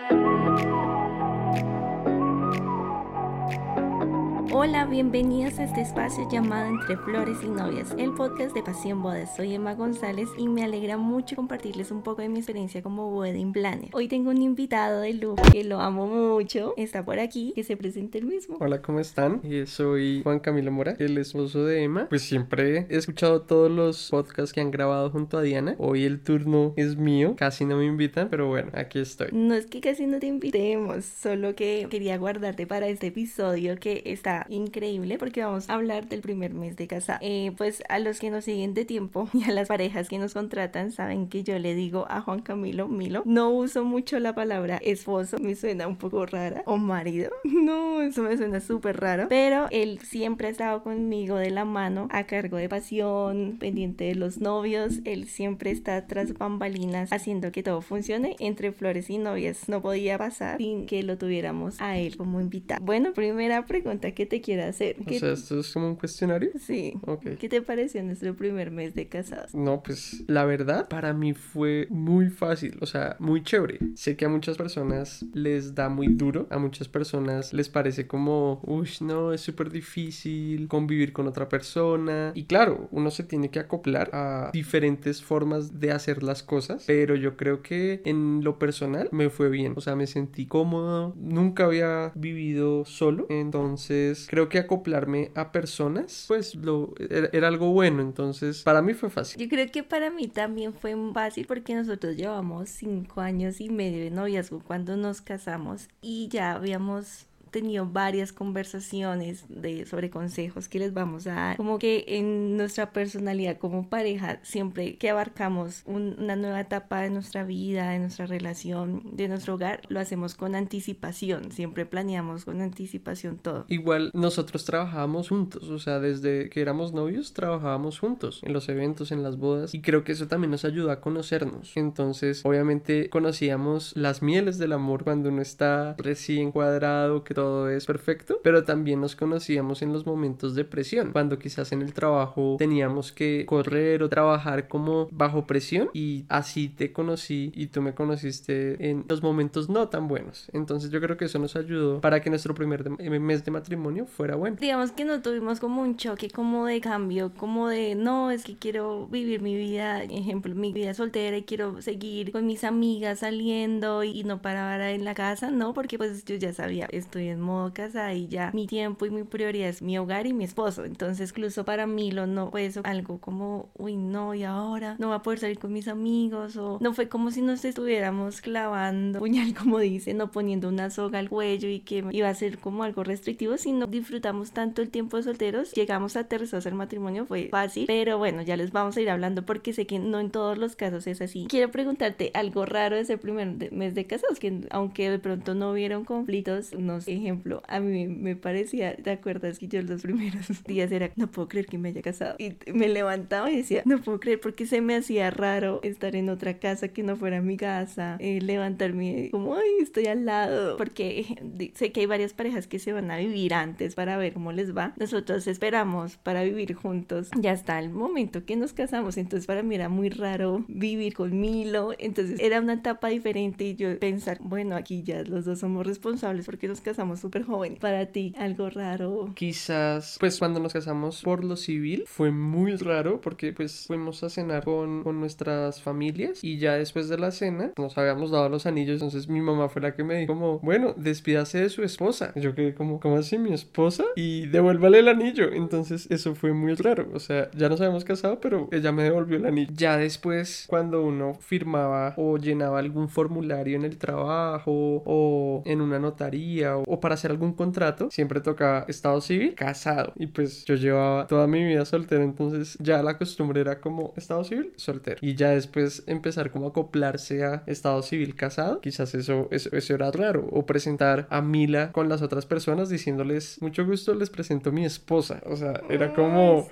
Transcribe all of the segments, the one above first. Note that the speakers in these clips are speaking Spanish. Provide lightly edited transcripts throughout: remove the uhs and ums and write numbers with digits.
Hola, bienvenidas a este espacio llamado Entre Flores y Novias, el podcast de Pasión Bodas. Soy Emma González y me alegra mucho compartirles un poco de mi experiencia como wedding planner. Hoy tengo un invitado de lujo que lo amo mucho, está por aquí, que se presente el mismo. Hola, ¿cómo están? Soy Juan Camilo Mora, el esposo de Emma. Pues siempre he escuchado todos los podcasts que han grabado junto a Diana. Hoy el turno es mío, casi no me invitan, pero bueno, aquí estoy. No es que casi no te invitemos, solo que quería guardarte para este episodio que está increíble porque vamos a hablar del primer mes de casado. Pues a los que nos siguen de tiempo y a las parejas que nos contratan saben que yo le digo a Juan Camilo Milo. No uso mucho la palabra esposo, me suena un poco rara, o marido. No, eso me suena súper raro, pero él siempre ha estado conmigo de la mano a cargo de Pasión, pendiente de los novios. Él siempre está tras bambalinas haciendo que todo funcione entre flores y novias. No podía pasar sin que lo tuviéramos a él como invitado. Bueno, primera pregunta que te quiero hacer. O sea, ¿esto es como un cuestionario? Sí. Ok. ¿Qué te pareció nuestro primer mes de casados? No, pues la verdad para mí fue muy fácil, o sea, muy chévere. Sé que a muchas personas les da muy duro, a muchas personas les parece como, uy, no, es súper difícil convivir con otra persona. Y claro, uno se tiene que acoplar a diferentes formas de hacer las cosas, pero yo creo que en lo personal me fue bien, o sea, me sentí cómodo, nunca había vivido solo, entonces creo que acoplarme a personas, pues era algo bueno, entonces para mí fue fácil. Yo creo que para mí también fue fácil porque nosotros llevamos 5 años y medio de noviazgo cuando nos casamos y ya habíamos tenido varias conversaciones sobre consejos que les vamos a dar, como que en nuestra personalidad como pareja, siempre que abarcamos una nueva etapa de nuestra vida, de nuestra relación, de nuestro hogar, lo hacemos con anticipación, siempre planeamos con anticipación todo. Igual nosotros trabajábamos juntos, o sea, desde que éramos novios trabajábamos juntos en los eventos, en las bodas, y creo que eso también nos ayudó a conocernos. Entonces, obviamente conocíamos las mieles del amor cuando uno está recién cuadrado, que todo es perfecto, pero también nos conocíamos en los momentos de presión, cuando quizás en el trabajo teníamos que correr o trabajar como bajo presión, y así te conocí y tú me conociste en los momentos no tan buenos. Entonces yo creo que eso nos ayudó para que nuestro primer mes de matrimonio fuera bueno. Digamos que no tuvimos como un choque como de cambio, como de no, es que quiero vivir mi vida, ejemplo, mi vida soltera y quiero seguir con mis amigas saliendo y no parar en la casa, no, porque pues yo ya sabía, estoy en modo casada y ya mi tiempo y mi prioridad es mi hogar y mi esposo. Entonces incluso para mí lo no fue eso algo como, uy no, y ahora no voy a poder salir con mis amigos, o no fue como si nos estuviéramos clavando puñal, como dicen, no poniendo una soga al cuello y que iba a ser como algo restrictivo, sino disfrutamos tanto el tiempo de solteros, llegamos aterrizados al matrimonio, fue fácil, pero bueno, ya les vamos a ir hablando porque sé que no en todos los casos es así. Quiero preguntarte algo raro de ese primer mes de casados, que aunque de pronto no hubieron conflictos, no sé, ejemplo, a mí me parecía, ¿te acuerdas que yo los primeros días era, no puedo creer que me haya casado? Y me levantaba y decía, no puedo creer, porque se me hacía raro estar en otra casa que no fuera mi casa, levantarme como, ay, estoy al lado, porque sé que hay varias parejas que se van a vivir antes para ver cómo les va. Nosotros esperamos para vivir juntos ya hasta el momento que nos casamos, entonces para mí era muy raro vivir con Milo, entonces era una etapa diferente y yo pensar, bueno, aquí ya los dos somos responsables porque nos casamos súper joven. Para ti, algo raro. Quizás, pues cuando nos casamos por lo civil fue muy raro porque pues fuimos a cenar con nuestras familias y ya después de la cena nos habíamos dado los anillos, entonces mi mamá fue la que me dijo como, bueno, despídase de su esposa. Yo quedé como, ¿cómo así mi esposa? Y devuélvale el anillo. Entonces eso fue muy raro, o sea, ya nos habíamos casado pero ella me devolvió el anillo. Ya después cuando uno firmaba o llenaba algún formulario en el trabajo o en una notaría o para hacer algún contrato, siempre tocaba estado civil, casado. Y pues yo llevaba toda mi vida soltero, entonces ya la costumbre era como estado civil, soltero. Y ya después empezar como a acoplarse a estado civil, casado, quizás eso era raro. O presentar a Mila con las otras personas diciéndoles, mucho gusto, les presento a mi esposa. O sea, era como... Sí.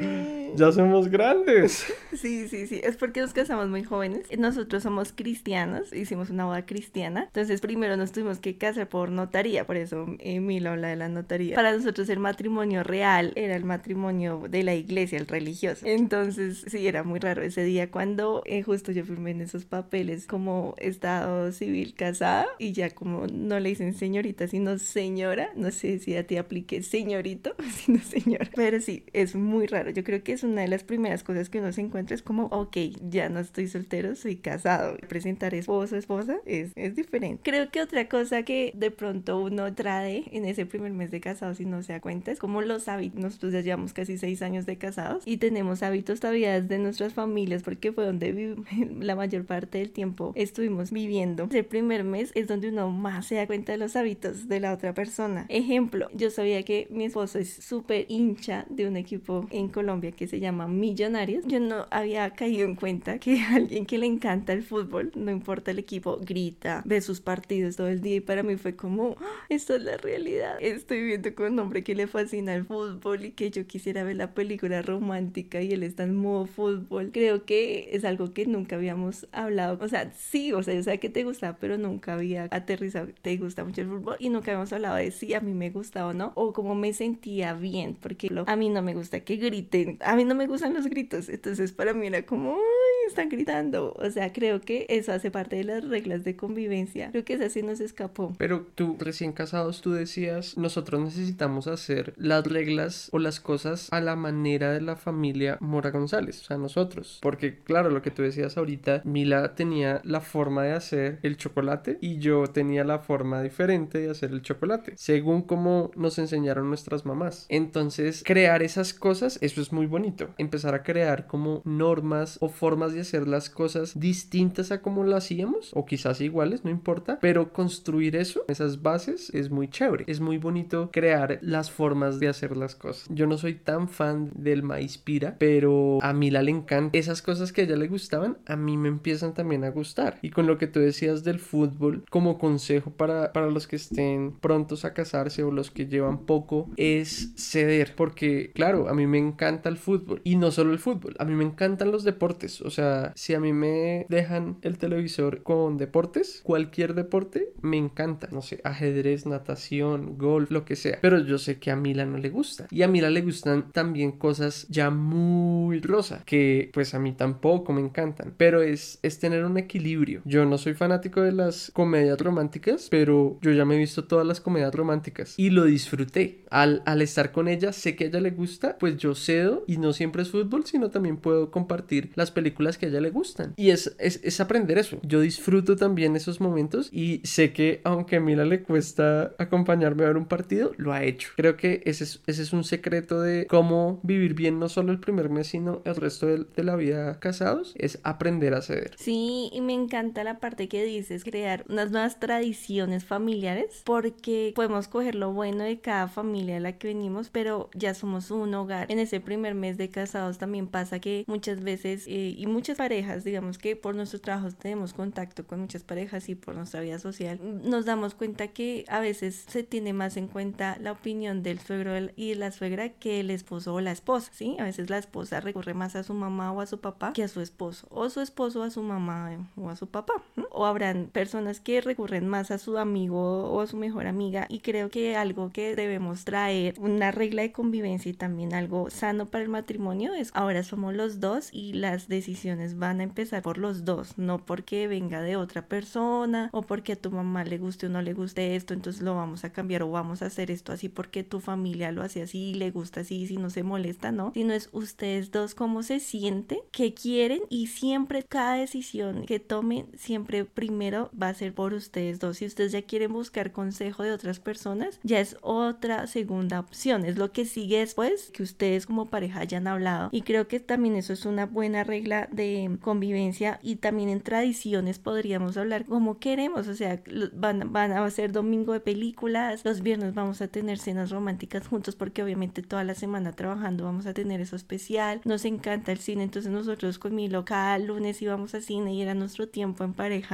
Ya somos grandes. Sí, sí, sí, es porque nos casamos muy jóvenes. Nosotros somos cristianos, hicimos una boda cristiana. Entonces primero nos tuvimos que casar por notaría, por eso Milo habla de la notaría. Para nosotros el matrimonio real era el matrimonio de la iglesia, el religioso. Entonces sí, era muy raro ese día cuando justo yo firmé en esos papeles como estado civil casada y ya como no le dicen señorita, sino señora. No sé si a ti aplique señorito, sino señora. Pero sí, es muy raro. Yo creo que es una de las primeras cosas que uno se encuentra, es como, ok, ya no estoy soltero, soy casado. Presentar esposo, esposa es diferente. Creo que otra cosa que de pronto uno trae en ese primer mes de casado, si no se da cuenta, es como los hábitos. Nosotros ya llevamos casi 6 años de casados y tenemos hábitos todavía de nuestras familias porque fue donde la mayor parte del tiempo estuvimos viviendo. El primer mes es donde uno más se da cuenta de los hábitos de la otra persona. Ejemplo, yo sabía que mi esposo es súper hincha de un equipo en Colombia que se llama Millonarios. Yo no había caído en cuenta que alguien que le encanta el fútbol, no importa el equipo, grita, ve sus partidos todo el día y para mí fue como, esto es la realidad. Estoy viviendo con un hombre que le fascina el fútbol y que yo quisiera ver la película romántica y él está en modo fútbol. Creo que es algo que nunca habíamos hablado. O sea, sí, o sea, yo sabía que te gustaba, pero nunca había aterrizado. Te gusta mucho el fútbol y nunca habíamos hablado de si a mí me gustaba o no, o cómo me sentía bien, porque a mí no me gusta que griten, a mí no me gustan los gritos, entonces para mí era como, ay, están gritando. O sea, creo que eso hace parte de las reglas de convivencia. Creo que esa sí nos escapó. Pero tú, recién casados, tú decías, nosotros necesitamos hacer las reglas o las cosas a la manera de la familia Mora González, o sea, nosotros. Porque, claro, lo que tú decías ahorita, Mila tenía la forma de hacer el chocolate y yo tenía la forma diferente de hacer el chocolate, según como nos enseñaron nuestras mamás. Entonces, crear esas cosas, eso es muy bonito. Empezar a crear como normas o formas de hacer las cosas distintas a como lo hacíamos, o quizás iguales, no importa, pero construir eso, esas bases, es muy chévere. Es muy bonito crear las formas de hacer las cosas. Yo no soy tan fan del maíz pira, pero a Mila le encanta. Esas cosas que a ella le gustaban, a mí me empiezan también a gustar. Y con lo que tú decías del fútbol, como consejo para los que estén prontos a casarse o los que llevan poco, es ceder. Porque, claro, a mí me encanta el fútbol. Y no solo el fútbol, a mí me encantan los deportes. O sea, si a mí me dejan el televisor con deportes, cualquier deporte, me encanta. No sé, ajedrez, natación, golf, lo que sea. Pero yo sé que a Mila no le gusta. Y a Mila le gustan también cosas ya muy rosa, que pues a mí tampoco me encantan. Pero es tener un equilibrio. Yo no soy fanático de las comedias románticas, pero yo ya me he visto todas las comedias románticas y lo disfruté. Al estar con ella, sé que a ella le gusta, pues yo cedo y no siempre es fútbol, sino también puedo compartir las películas que a ella le gustan. Y es aprender eso. Yo disfruto también esos momentos y sé que aunque a Mila le cuesta acompañarme a ver un partido, lo ha hecho. Creo que ese es un secreto de cómo vivir bien no solo el primer mes, sino el resto de la vida casados, es aprender a ceder. Sí, y me encanta la parte que dices, crear unas nuevas tradiciones familiares, porque podemos coger lo bueno de cada familia a la que venimos, pero ya somos un hogar. En ese primer mes de casados también pasa que muchas veces, y muchas parejas, digamos que por nuestros trabajos tenemos contacto con muchas parejas y por nuestra vida social, nos damos cuenta que a veces se tiene más en cuenta la opinión del suegro y de la suegra que el esposo o la esposa, ¿sí? A veces la esposa recurre más a su mamá o a su papá que a su esposo, o su esposo a su mamá o a su papá, ¿no? O habrán personas que recurren más a su amigo o a su mejor amiga, y creo que algo que debemos traer, una regla de convivencia y también algo sano para el matrimonio, es ahora somos los dos y las decisiones van a empezar por los dos, no porque venga de otra persona o porque a tu mamá le guste o no le guste esto, entonces lo vamos a cambiar o vamos a hacer esto así porque tu familia lo hace así y le gusta así, si no se molesta, no, sino es ustedes dos cómo se sienten, qué quieren, y siempre cada decisión que tomen siempre primero va a ser por ustedes dos. Si ustedes ya quieren buscar consejo de otras personas, ya es otra segunda opción, es lo que sigue después que ustedes como pareja hayan hablado, y creo que también eso es una buena regla de convivencia. Y también en tradiciones podríamos hablar como queremos, o sea, van a ser domingo de películas, los viernes vamos a tener cenas románticas juntos porque obviamente toda la semana trabajando vamos a tener eso especial. Nos encanta el cine, entonces nosotros con Milo cada lunes íbamos a cine y era nuestro tiempo en pareja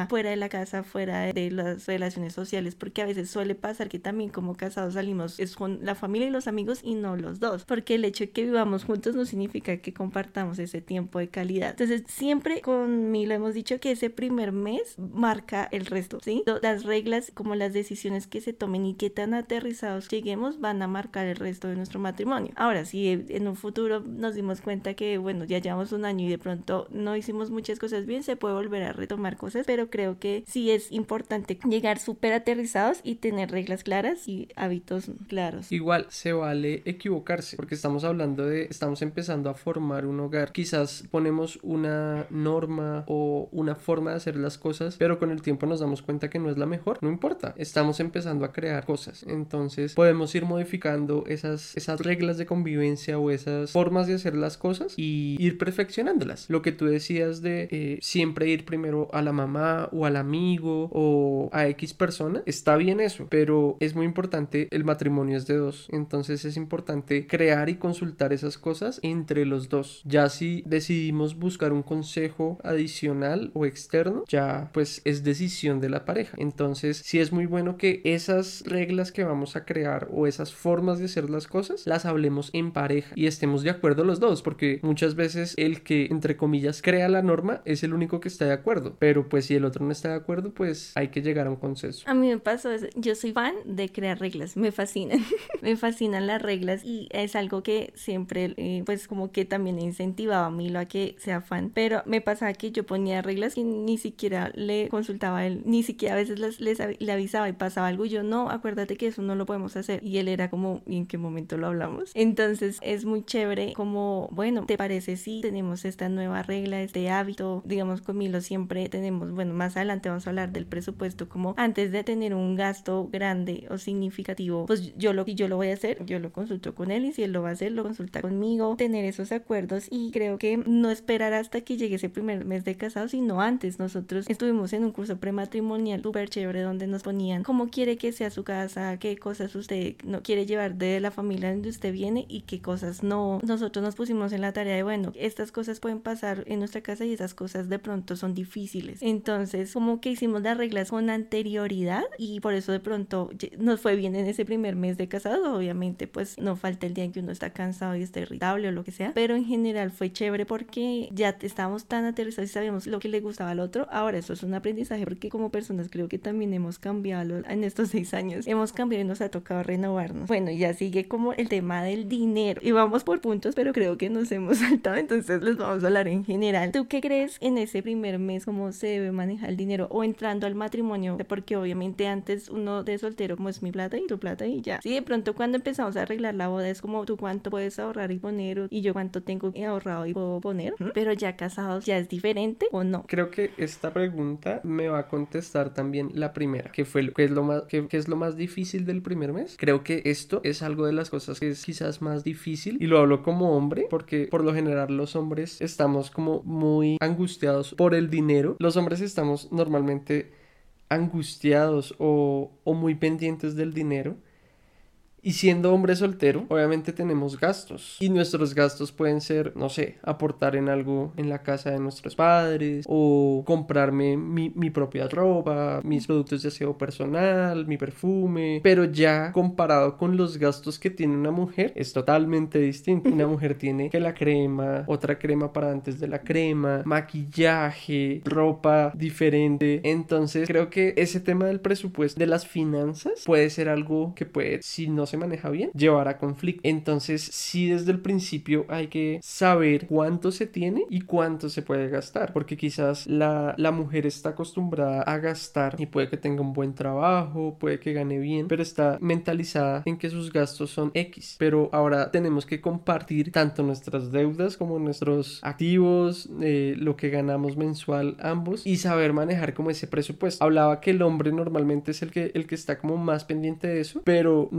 vida fuera de la casa, fuera de las relaciones sociales, porque a veces suele pasar que también como casados salimos es con la familia y los amigos y no los dos, porque el hecho de que vivamos juntos no significa que compartamos ese tiempo de calidad. Entonces siempre con mí lo hemos dicho que ese primer mes marca el resto, ¿sí? Las reglas como las decisiones que se tomen y qué tan aterrizados lleguemos van a marcar el resto de nuestro matrimonio. Ahora, si en un futuro nos dimos cuenta que, bueno, ya llevamos un año y de pronto no hicimos muchas cosas bien, se puede volver a retomar cosas, pero creo que sí es importante llegar súper aterrizados y tener reglas claras y hábitos claros. Igual se vale equivocarse, porque estamos empezando a formar un hogar. Quizás ponemos una norma o una forma de hacer las cosas, pero con el tiempo nos damos cuenta que no es la mejor. No importa, estamos empezando a crear cosas. Entonces podemos ir modificando esas reglas de convivencia o esas formas de hacer las cosas y ir perfeccionándolas. Lo que tú decías de siempre ir primero a la mamá o al amigo o a X persona, está bien eso, pero es muy importante, el matrimonio es de dos, entonces es importante crear y consultar esas cosas entre los dos. Ya si decidimos buscar un consejo adicional o externo, ya pues es decisión de la pareja. Entonces sí es muy bueno que esas reglas que vamos a crear o esas formas de hacer las cosas las hablemos en pareja y estemos de acuerdo los dos, porque muchas veces el que entre comillas crea la norma es el único que está de acuerdo, pero pues si el otro no está de acuerdo, pues hay que llegar a un consenso. A mí me pasó eso. Yo soy fan de crear reglas, me fascinan. Me fascinan las reglas y es algo que siempre pues como que también incentivaba a Milo a que sea fan, pero me pasaba que yo ponía reglas y ni siquiera le consultaba a él, ni siquiera a veces le avisaba y pasaba algo y yo no, acuérdate que eso no lo podemos hacer, y él era como, ¿y en qué momento lo hablamos? Entonces es muy chévere como, bueno, ¿te parece si tenemos esta nueva regla, este hábito? Digamos, con Milo siempre tenemos, bueno, más adelante vamos a hablar del presupuesto, como antes de tener un gasto grande o significativo, pues yo lo voy a hacer, yo lo consulto con él y si él lo va a hacer, lo consulta conmigo, tener esos acuerdos y creo que no esperar hasta que llegue ese primer mes de casados, sino antes. Nosotros estuvimos en un curso prematrimonial súper chévere donde nos ponían cómo quiere que sea su casa, qué cosas usted no quiere llevar de la familia donde usted viene y qué cosas no. Nosotros nos pusimos en la tarea de, bueno, estas cosas pueden pasar en nuestra casa y esas cosas de pronto son difíciles. Entonces, como que hicimos las reglas con anterioridad y por eso de pronto nos fue bien en ese primer mes de casados. Obviamente, pues no falta el día en que uno está cansado y está irritable o lo que sea, pero en general fue chévere porque ya estábamos tan aterrizados y sabíamos lo que le gustaba al otro. Ahora eso es un aprendizaje porque como personas creo que también hemos cambiado en estos 6 años, hemos cambiado y nos ha tocado renovarnos. Bueno, ya sigue como el tema del dinero y vamos por puntos, pero creo que nos hemos saltado, entonces les vamos a hablar en general. ¿Tú qué crees en ese primer mes cómo se debe manejar el dinero o entrando al matrimonio? Porque obviamente antes uno de soltero como es mi plata y tu plata y ya. Sí, de pronto cuando empezamos a arreglar la boda es como tú cuánto puedes ahorrar y poner y yo cuánto tengo ahorrado y puedo poner, pero ya casados ya es diferente ¿o no? Creo que esta pregunta me va a contestar también la primera, que es lo más difícil del primer mes. Creo que esto es algo de las cosas que es quizás más difícil y lo hablo como hombre porque por lo general los hombres estamos como muy angustiados por el dinero. Los hombres estamos normalmente angustiados o muy pendientes del dinero. Y siendo hombre soltero, obviamente tenemos gastos. Y nuestros gastos pueden ser, no sé, aportar en algo en la casa de nuestros padres, o comprarme mi propia ropa, mis productos de aseo personal, mi perfume. Pero ya comparado con los gastos que tiene una mujer, es totalmente distinto. Una mujer tiene que la crema, otra crema para antes de la crema, maquillaje, ropa diferente. Entonces creo que ese tema del presupuesto, de las finanzas, puede ser algo que puede, si no se maneja bien, llevar a conflicto. Entonces sí, desde el principio hay que saber cuánto se tiene y cuánto se puede gastar, porque quizás la mujer está acostumbrada a gastar y puede que tenga un buen trabajo, puede que gane bien, pero está mentalizada en que sus gastos son X. Pero ahora tenemos que compartir tanto nuestras deudas como nuestros activos, lo que ganamos mensual ambos, y saber manejar como ese presupuesto. Hablaba que el hombre normalmente es el que está como más pendiente de eso, pero no importa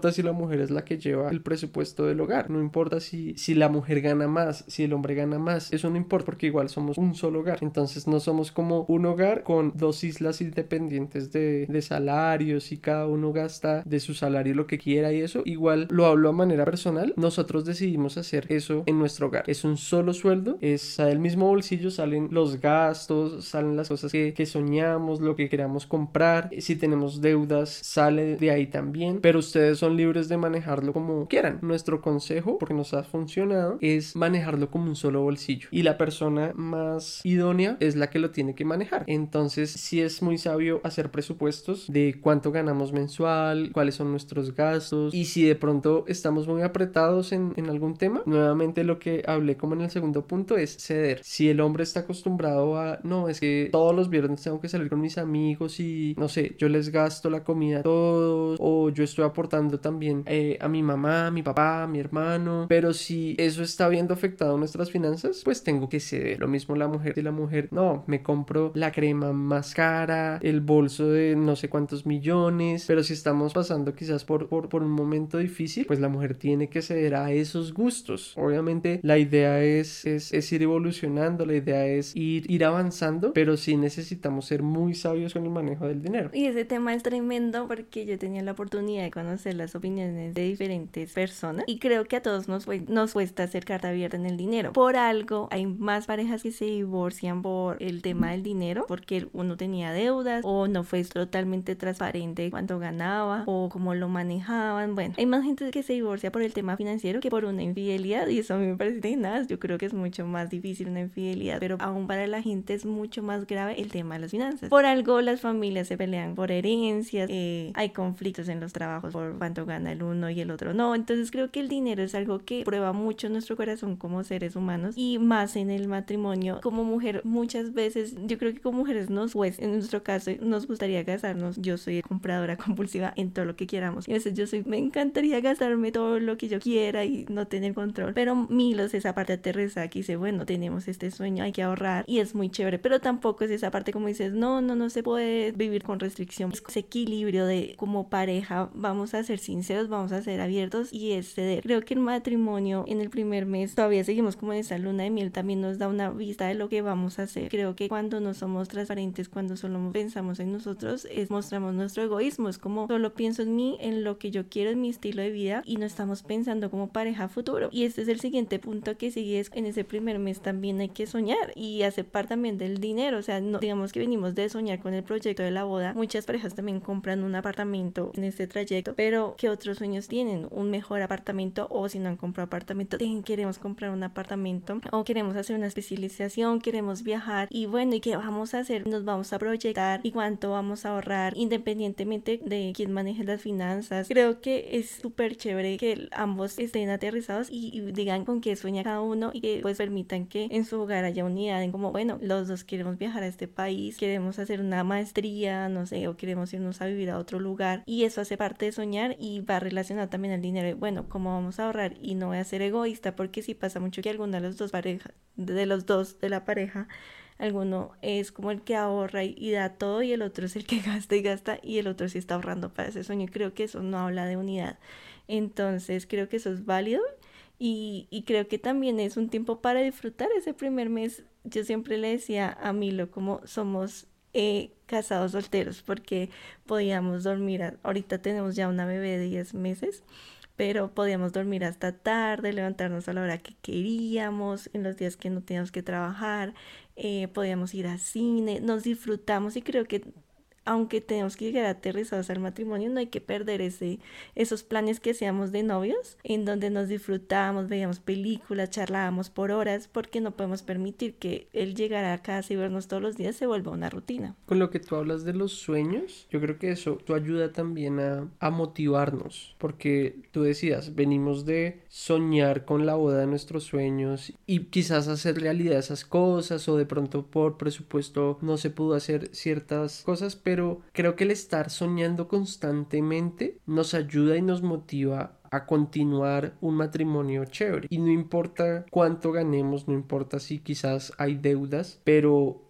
importa si la mujer es la que lleva el presupuesto del hogar, no importa si la mujer gana más, si el hombre gana más, eso no importa porque igual somos un solo hogar. Entonces no somos como un hogar con dos islas independientes de salarios y cada uno gasta de su salario lo que quiera y eso. Igual lo hablo a manera personal, nosotros decidimos hacer eso en nuestro hogar. Es un solo sueldo, sale del mismo bolsillo, salen los gastos, salen las cosas que soñamos, lo que queramos comprar. Si tenemos deudas, sale de ahí también, pero ustedes son libres de manejarlo como quieran. Nuestro consejo, porque nos ha funcionado, es manejarlo como un solo bolsillo y la persona más idónea es la que lo tiene que manejar. Entonces sí es muy sabio hacer presupuestos de cuánto ganamos mensual, cuáles son nuestros gastos y si de pronto estamos muy apretados en algún tema, nuevamente lo que hablé como en el segundo punto es ceder. Si el hombre está acostumbrado a, no, es que todos los viernes tengo que salir con mis amigos y no sé, yo les gasto la comida a todos o yo estoy aportando también a mi mamá, a mi papá, a mi hermano, pero si eso está viendo afectado nuestras finanzas, pues tengo que ceder. Lo mismo la mujer, si la mujer, no, me compro la crema más cara, el bolso de no sé cuántos millones, pero si estamos pasando quizás por un momento difícil, pues la mujer tiene que ceder a esos gustos. Obviamente la idea es ir evolucionando, la idea es ir avanzando, pero sí necesitamos ser muy sabios con el manejo del dinero. Y ese tema es tremendo porque yo tenía la oportunidad de conocer las opiniones de diferentes personas y creo que a todos nos cuesta hacer carta abierta en el dinero. Por algo hay más parejas que se divorcian por el tema del dinero porque uno tenía deudas o no fue totalmente transparente cuánto ganaba o cómo lo manejaban. Bueno, hay más gente que se divorcia por el tema financiero que por una infidelidad y eso a mí me parece tenaz. Yo creo que es mucho más difícil una infidelidad, pero aún para la gente es mucho más grave el tema de las finanzas. Por algo las familias se pelean por herencias, hay conflictos en los trabajos por cuánto gana el uno y el otro no. Entonces creo que el dinero es algo que prueba mucho nuestro corazón como seres humanos y más en el matrimonio. Como mujer muchas veces yo creo que como mujeres en nuestro caso nos gustaría casarnos. Yo soy compradora compulsiva en todo lo que queramos y a veces me encantaría gastarme todo lo que yo quiera y no tener control, pero Milos esa parte aterriza que dice bueno, tenemos este sueño, hay que ahorrar y es muy chévere, pero tampoco es esa parte como dices no se puede vivir con restricción. Es ese equilibrio de como pareja vamos a ser sinceros, vamos a ser abiertos y es ceder. Creo que el matrimonio en el primer mes todavía seguimos como en esa luna de miel, también nos da una vista de lo que vamos a hacer. Creo que cuando no somos transparentes, cuando solo pensamos en nosotros, mostramos nuestro egoísmo, es como solo pienso en mí, en lo que yo quiero, en mi estilo de vida y no estamos pensando como pareja futuro. Y este es el siguiente punto que sigue, es en ese primer mes también hay que soñar y aceptar también del dinero, o sea, no digamos que venimos de soñar con el proyecto de la boda. Muchas parejas también compran un apartamento en este trayecto, pero ¿qué otros sueños tienen? Un mejor apartamento, o si no han comprado apartamento, queremos comprar un apartamento o queremos hacer una especialización, queremos viajar y bueno, ¿y qué vamos a hacer? Nos vamos a proyectar y cuánto vamos a ahorrar independientemente de quién maneje las finanzas. Creo que es súper chévere que ambos estén aterrizados y digan con qué sueña cada uno y que pues permitan que en su hogar haya unidad en como bueno, los dos queremos viajar a este país, queremos hacer una maestría, no sé, o queremos irnos a vivir a otro lugar y eso hace parte de soñar y va relacionado también al dinero. Bueno, ¿cómo vamos a ahorrar? Y no voy a ser egoísta porque sí pasa mucho que alguna de las dos parejas, de los dos de la pareja, alguno es como el que ahorra y da todo y el otro es el que gasta y gasta y el otro sí está ahorrando para ese sueño. Creo que eso no habla de unidad. Entonces creo que eso es válido y creo que también es un tiempo para disfrutar ese primer mes. Yo siempre le decía a Milo como somos casados solteros porque podíamos dormir, ahorita tenemos ya una bebé de 10 meses, pero podíamos dormir hasta tarde, levantarnos a la hora que queríamos, en los días que no teníamos que trabajar, podíamos ir al cine, nos disfrutamos y creo que aunque tenemos que llegar aterrizados al matrimonio, no hay que perder esos planes que hacíamos de novios, en donde nos disfrutábamos, veíamos películas, charlábamos por horas, porque no podemos permitir que el llegar a casa y vernos todos los días se vuelva una rutina. Con lo que tú hablas de los sueños, yo creo que eso tú ayuda también a motivarnos, porque tú decías, venimos de soñar con la boda de nuestros sueños y quizás hacer realidad esas cosas o de pronto por presupuesto no se pudo hacer ciertas cosas, pero creo que el estar soñando constantemente nos ayuda y nos motiva a continuar un matrimonio chévere. Y no importa cuánto ganemos, no importa si quizás hay deudas, pero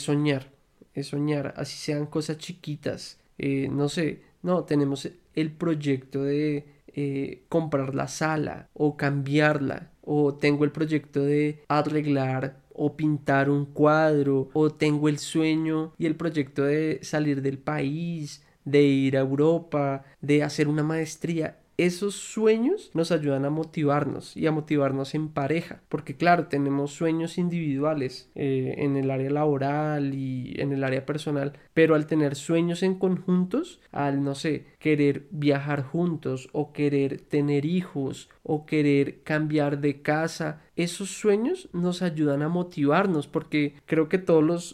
es soñar, así sean cosas chiquitas. No sé, no, tenemos el proyecto de comprar la sala o cambiarla, o tengo el proyecto de arreglar o pintar un cuadro, o tengo el sueño y el proyecto de salir del país, de ir a Europa, de hacer una maestría. Esos sueños nos ayudan a motivarnos y a motivarnos en pareja, porque claro, tenemos sueños individuales en el área laboral y en el área personal, pero al tener sueños en conjuntos, al no sé, querer viajar juntos o querer tener hijos o querer cambiar de casa, esos sueños nos ayudan a motivarnos, porque creo que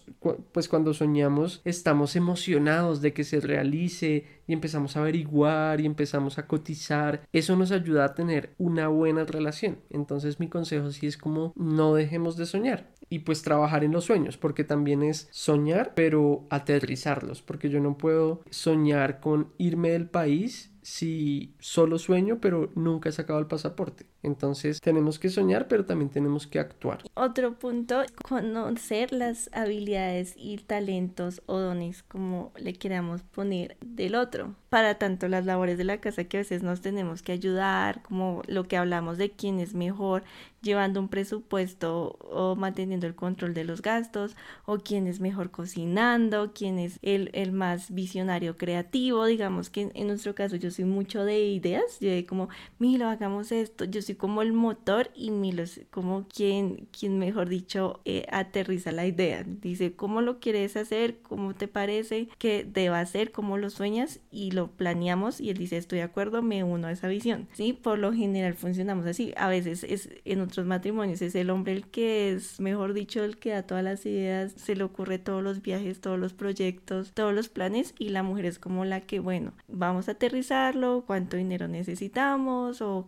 pues cuando soñamos estamos emocionados de que se realice y empezamos a averiguar y empezamos a cotizar. Eso nos ayuda a tener una buena relación. Entonces mi consejo sí es como no dejemos de soñar y pues trabajar en los sueños, porque también es soñar pero aterrizarlos, porque yo no puedo soñar con irme del país si solo sueño pero nunca he sacado el pasaporte. Entonces tenemos que soñar pero también tenemos que actuar. Otro punto, conocer las habilidades y talentos o dones, como le queramos poner, del otro. Para tanto las labores de la casa, que a veces nos tenemos que ayudar, como lo que hablamos de quién es mejor llevando un presupuesto o manteniendo el control de los gastos, o quién es mejor cocinando, quién es el más visionario creativo. Digamos que en nuestro caso yo soy mucho de ideas, yo de como, Milo, hagamos esto, yo soy como el motor y Milo es como quien mejor dicho, aterriza la idea, dice cómo lo quieres hacer, cómo te parece que deba hacer, cómo lo sueñas, y lo planeamos y él dice estoy de acuerdo, me uno a esa visión, ¿sí? Por lo general funcionamos así. A veces en otros matrimonios es el hombre el que es, mejor dicho, el que da todas las ideas, se le ocurre todos los viajes, todos los proyectos, todos los planes, y la mujer es como la que, bueno, vamos a aterrizarlo, cuánto dinero necesitamos o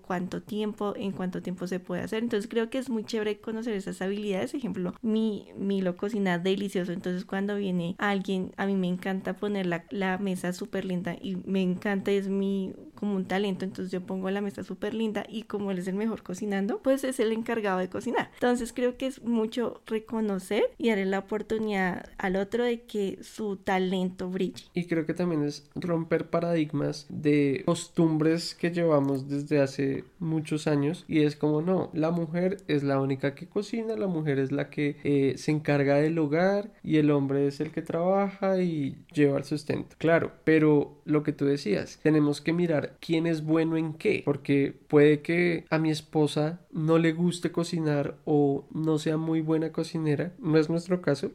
en cuánto tiempo se puede hacer. Entonces creo que es muy chévere conocer esas habilidades. Ejemplo, Milo cocina delicioso, entonces cuando viene alguien, a mí me encanta poner la mesa súper linda y me encanta, es como un talento, entonces yo pongo la mesa súper linda y como él es el mejor cocinando, pues es el encargado de cocinar. Entonces creo que es mucho reconocer y darle la oportunidad al otro de que su talento brille. Y creo que también es romper paradigmas de costumbres que llevamos desde hace muchos años, y es como no, la mujer es la única que cocina, la mujer es la que se encarga del hogar y el hombre es el que trabaja y lleva el sustento. Claro, pero lo que tú decías, tenemos que mirar quién es bueno en qué, porque puede que a mi esposa no le guste cocinar o no sea muy buena cocinera, no es nuestro caso,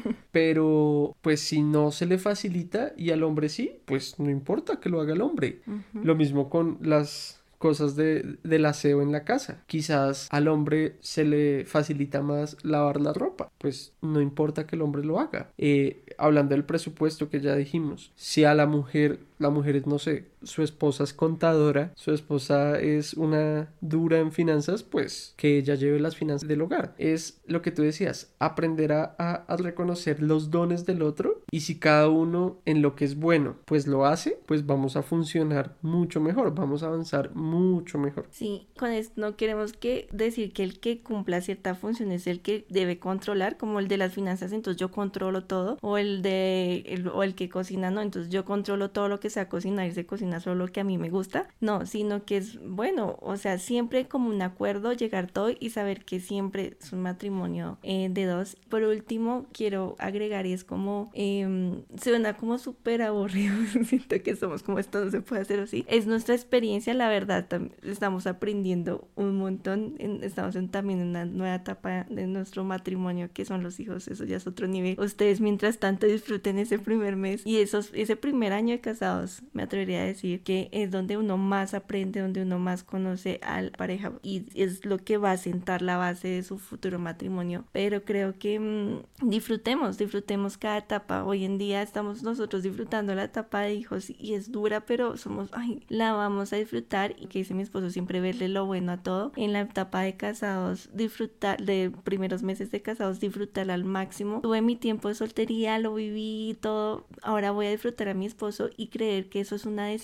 pero pues si no se le facilita y al hombre sí, pues no importa que lo haga el hombre. Lo mismo con las cosas del aseo en la casa. Quizás al hombre se le facilita más lavar la ropa, pues no importa que el hombre lo haga. Hablando del presupuesto que ya dijimos, si a la mujer es, no sé, su esposa es contadora, su esposa es una dura en finanzas, pues que ella lleve las finanzas del hogar. Es lo que tú decías, aprender a reconocer los dones del otro, y si cada uno en lo que es bueno pues lo hace, pues vamos a funcionar mucho mejor, vamos a avanzar mucho mejor. Sí, con esto no queremos decir que el que cumpla cierta función es el que debe controlar, como el de las finanzas, entonces yo controlo todo, o el que cocina, no, entonces yo controlo todo lo que sea cocinar y se cocina solo lo que a mí me gusta. No, sino que es bueno, o sea, siempre como un acuerdo, llegar todo y saber que siempre es un matrimonio de dos. Por último, quiero agregar, y es como suena como súper aburrido, siento que somos como esto no se puede hacer así, es nuestra experiencia, la verdad, estamos aprendiendo un montón, estamos también en una nueva etapa de nuestro matrimonio, que son los hijos, eso ya es otro nivel. Ustedes mientras tanto disfruten ese primer mes y ese primer año de casados, me atrevería a decir que es donde uno más aprende, donde uno más conoce a la pareja, y es lo que va a sentar la base de su futuro matrimonio. Pero creo que disfrutemos cada etapa. Hoy en día estamos nosotros disfrutando la etapa de hijos y es dura, pero la vamos a disfrutar, y que dice mi esposo, siempre verle lo bueno a todo. En la etapa de casados, disfrutar de primeros meses de casados, disfrutar al máximo. Tuve mi tiempo de soltería, lo viví todo, ahora voy a disfrutar a mi esposo y creer que eso es una decisión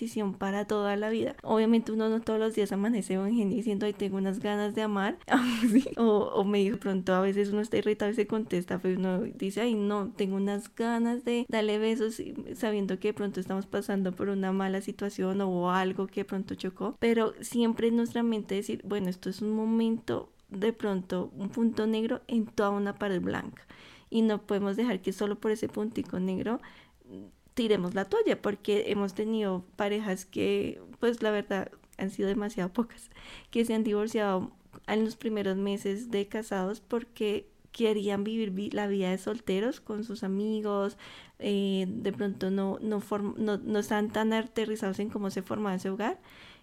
decisión para toda la vida. Obviamente uno no todos los días amanece Eugenia diciendo, ay, tengo unas ganas de amar, ¿sí? O me dice pronto, a veces uno está irritado y se contesta, pero uno dice, ay, no, tengo unas ganas de darle besos, sabiendo que de pronto estamos pasando por una mala situación o algo que de pronto chocó, pero siempre en nuestra mente decir, bueno, esto es un momento, de pronto un punto negro en toda una pared blanca, y no podemos dejar que solo por ese puntico negro tiremos la toalla, porque hemos tenido parejas que, pues la verdad, han sido demasiado pocas, que se han divorciado en los primeros meses de casados porque querían vivir la vida de solteros con sus amigos, de pronto no están tan aterrizados en cómo se formaba ese hogar,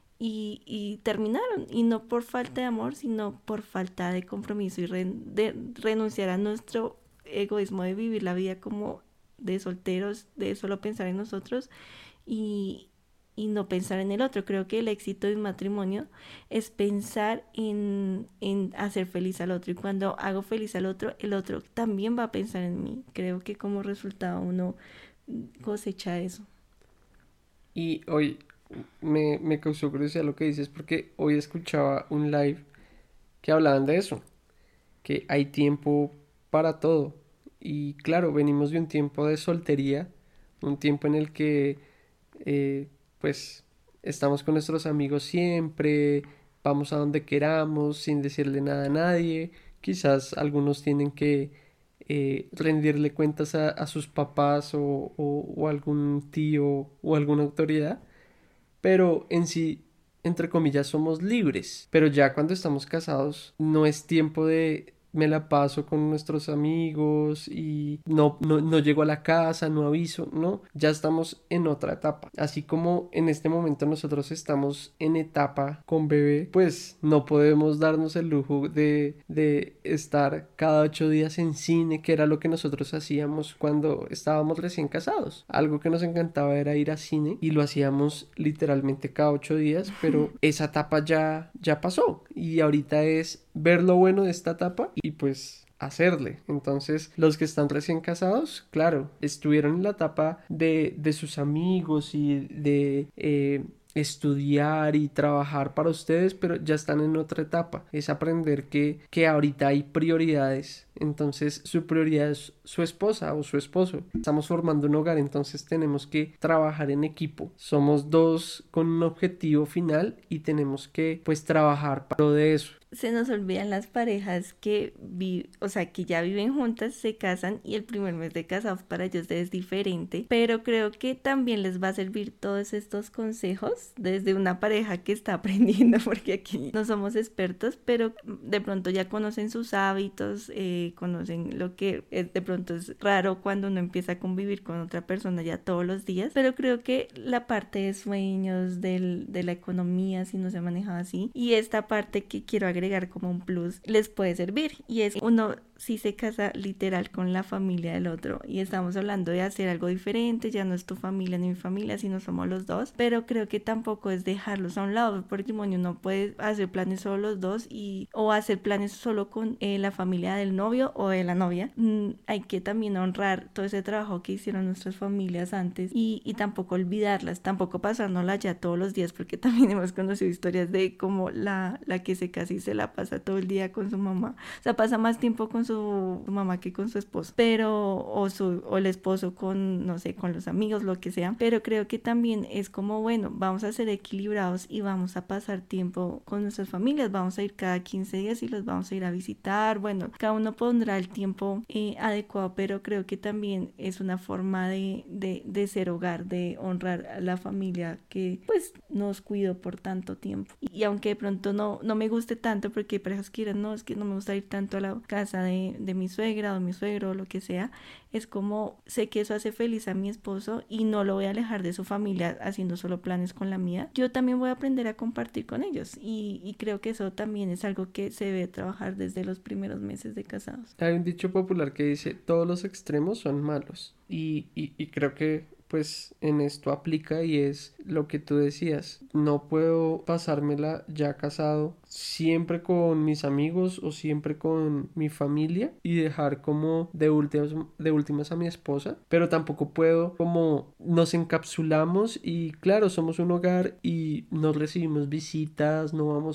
y terminaron, y no por falta de amor, sino por falta de compromiso y de renunciar a nuestro egoísmo de vivir la vida como de solteros, de solo pensar en nosotros y, y no pensar en el otro. Creo que el éxito de un matrimonio es pensar en hacer feliz al otro, y cuando hago feliz al otro, el otro también va a pensar en mí. Creo que como resultado uno cosecha eso. Y hoy me causó curiosidad lo que dices porque hoy escuchaba un live que hablaban de eso, que hay tiempo para todo. Y claro, venimos de un tiempo de soltería, un tiempo en el que pues estamos con nuestros amigos siempre, vamos a donde queramos sin decirle nada a nadie. Quizás algunos tienen que rendirle cuentas a sus papás o algún tío o alguna autoridad, pero en sí, entre comillas, somos libres. Pero ya cuando estamos casados, no es tiempo de me la paso con nuestros amigos y no llego a la casa, no aviso, no, ya estamos en otra etapa. Así como en este momento nosotros estamos en etapa con bebé, pues no podemos darnos el lujo de estar cada 8 días en cine, que era lo que nosotros hacíamos cuando estábamos recién casados. Algo que nos encantaba era ir a cine y lo hacíamos literalmente cada 8 días, pero esa etapa ya pasó y ahorita es ver lo bueno de esta etapa y pues hacerle. Entonces los que están recién casados, claro, estuvieron en la etapa de sus amigos y de estudiar y trabajar para ustedes, pero ya están en otra etapa. Es aprender que ahorita hay prioridades. Entonces su prioridad es su esposa o su esposo. Estamos formando un hogar, entonces tenemos que trabajar en equipo. Somos dos con un objetivo final y tenemos que pues trabajar para de eso. Se nos olvidan las parejas que o sea, que ya viven juntas, se casan y el primer mes de casados para ellos es diferente, pero creo que también les va a servir todos estos consejos desde una pareja que está aprendiendo, porque aquí no somos expertos, pero de pronto ya conocen sus hábitos, conocen lo que de pronto es raro cuando uno empieza a convivir con otra persona ya todos los días, pero creo que la parte de sueños, de la economía, si no se maneja así, y esta parte que quiero agregar como un plus les puede servir, y es uno si se casa literal con la familia del otro, y estamos hablando de hacer algo diferente, ya no es tu familia ni mi familia, sino somos los dos, pero creo que tampoco es dejarlos a un lado. Por matrimonio no puedes hacer planes solo los dos o hacer planes solo con la familia del novio o de la novia. Hay que también honrar todo ese trabajo que hicieron nuestras familias antes, y tampoco olvidarlas, tampoco pasárnosla ya todos los días, porque también hemos conocido historias de como la que se casa y se la pasa todo el día con su mamá, o sea, pasa más tiempo con su mamá que con su esposo, pero o el esposo con, no sé, con los amigos, lo que sea. Pero creo que también es como, bueno, vamos a ser equilibrados y vamos a pasar tiempo con nuestras familias, vamos a ir cada 15 días y los vamos a ir a visitar. Bueno, cada uno pondrá el tiempo adecuado, pero creo que también es una forma de ser hogar, de honrar a la familia que pues nos cuidó por tanto tiempo. Y aunque de pronto no me guste tanto, porque hay parejas que dirán, no, es que no me gusta ir tanto a la casa de mi suegra o mi suegro o lo que sea, es como, sé que eso hace feliz a mi esposo y no lo voy a alejar de su familia haciendo solo planes con la mía. Yo también voy a aprender a compartir con ellos, y creo que eso también es algo que se debe trabajar desde los primeros meses de casados. Hay un dicho popular que dice, todos los extremos son malos. Y creo que pues en esto aplica, y es lo que tú decías, no puedo pasármela ya casado siempre con mis amigos o siempre con mi familia y dejar como de últimas a mi esposa, pero tampoco puedo como nos encapsulamos y claro, somos un hogar y no recibimos visitas,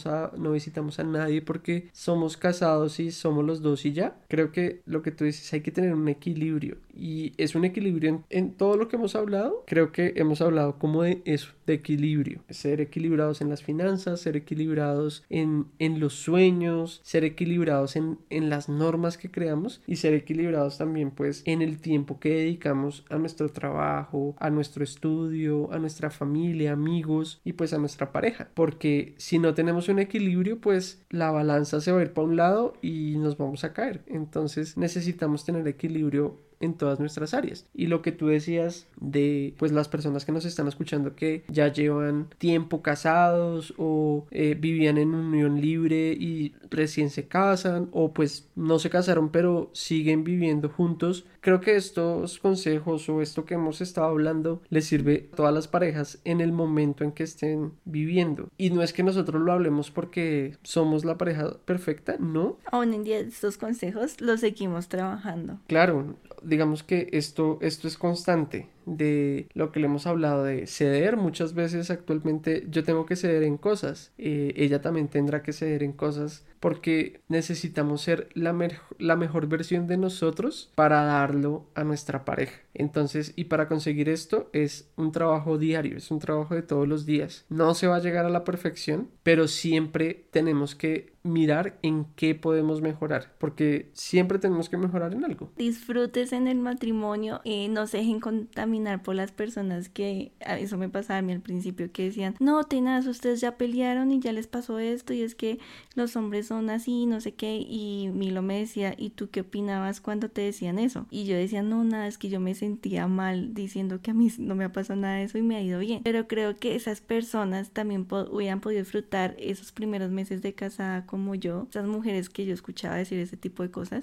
no visitamos a nadie porque somos casados y somos los dos y ya. Creo que lo que tú dices, hay que tener un equilibrio y es un equilibrio en todo lo que hemos hablado. Creo que hemos hablado como de eso, de equilibrio, ser equilibrados en las finanzas, ser equilibrados en los sueños, ser equilibrados en las normas que creamos y ser equilibrados también pues en el tiempo que dedicamos a nuestro trabajo, a nuestro estudio, a nuestra familia, amigos y pues a nuestra pareja, porque si no tenemos un equilibrio pues la balanza se va a ir para un lado y nos vamos a caer. Entonces necesitamos tener equilibrio en todas nuestras áreas. Y lo que tú decías de pues las personas que nos están escuchando que ya llevan tiempo casados o vivían en unión libre y recién se casan o pues no se casaron pero siguen viviendo juntos, creo que estos consejos o esto que hemos estado hablando les sirve a todas las parejas en el momento en que estén viviendo. Y no es que nosotros lo hablemos porque somos la pareja perfecta, no. Aún en día estos consejos los seguimos trabajando. Claro, digamos que esto es constante de lo que le hemos hablado de ceder. Muchas veces actualmente yo tengo que ceder en cosas, ella también tendrá que ceder en cosas porque necesitamos ser la mejor versión de nosotros para darlo a nuestra pareja. Entonces, y para conseguir esto es un trabajo diario, es un trabajo de todos los días. No se va a llegar a la perfección, pero siempre tenemos que mirar en qué podemos mejorar, porque siempre tenemos que mejorar en algo. Disfrutes en el matrimonio, no se dejen contaminar por las personas que, eso me pasaba a mí al principio, que decían, no, tenaz, ustedes ya pelearon y ya les pasó esto y es que los hombres son así, no sé qué, y Milo me decía, ¿y tú qué opinabas cuando te decían eso? Y yo decía, no, nada, es que yo me sentía mal diciendo que a mí no me ha pasado nada de eso y me ha ido bien, pero creo que esas personas también hubieran podido disfrutar esos primeros meses de casada como yo, esas mujeres que yo escuchaba decir ese tipo de cosas,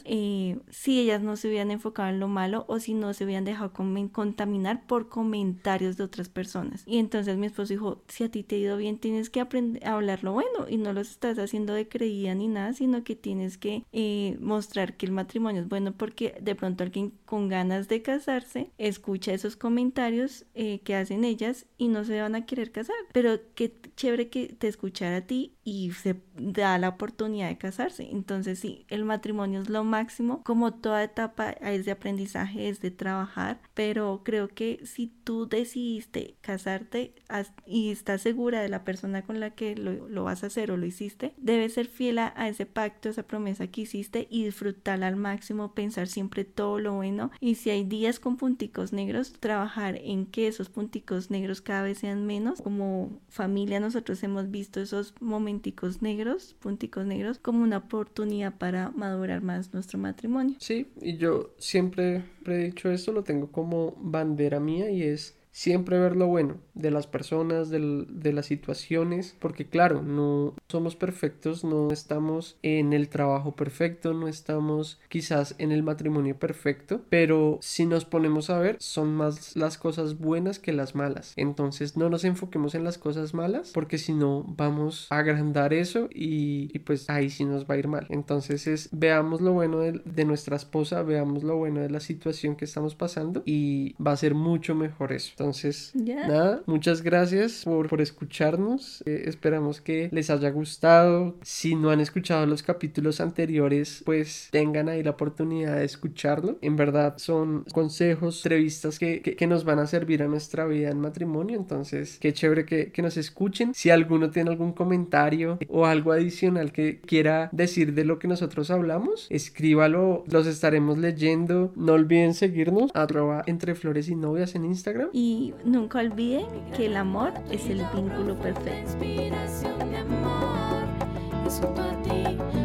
si ellas no se hubieran enfocado en lo malo o si no se hubieran dejado contaminar por comentarios de otras personas. Y entonces mi esposo dijo, si a ti te ha ido bien, tienes que aprender a hablar lo bueno y no lo estás haciendo de creída ni nada, sino que tienes que mostrar que el matrimonio es bueno, porque de pronto alguien con ganas de casarse escucha esos comentarios que hacen ellas y no se van a querer casar, pero qué chévere que te escuchara a ti y se da la oportunidad de casarse. Entonces sí, el matrimonio es lo máximo, como toda etapa es de aprendizaje, es de trabajar, pero creo que si tú decidiste casarte y estás segura de la persona con la que lo vas a hacer o lo hiciste, debes ser fiel a ese pacto, esa promesa que hiciste y disfrutarla al máximo, pensar siempre todo lo bueno, y si hay días con punticos negros, trabajar en que esos punticos negros cada vez sean menos. Como familia nosotros hemos visto esos momenticos negros, punticos negros, como una oportunidad para madurar más nuestro matrimonio. Sí, y yo siempre he dicho esto, lo tengo como bandera mía y es siempre ver lo bueno de las personas, de las situaciones, porque claro, no somos perfectos, no estamos en el trabajo perfecto, no estamos quizás en el matrimonio perfecto, pero si nos ponemos a ver, son más las cosas buenas que las malas. Entonces no nos enfoquemos en las cosas malas, porque si no vamos a agrandar eso y pues ahí sí nos va a ir mal. Entonces veamos lo bueno de nuestra esposa, veamos lo bueno de la situación que estamos pasando y va a ser mucho mejor eso. Entonces, nada, muchas gracias por escucharnos. Esperamos que les haya gustado. Si no han escuchado los capítulos anteriores, pues tengan ahí la oportunidad de escucharlo. En verdad son consejos, entrevistas que nos van a servir a nuestra vida en matrimonio. Entonces, qué chévere que nos escuchen. Si alguno tiene algún comentario o algo adicional que quiera decir de lo que nosotros hablamos, escríbalo, los estaremos leyendo. No olviden seguirnos, @entrefloresynovias en Instagram. Y nunca olviden que el amor es el vínculo perfecto. Inspiración de amor, es junto a ti.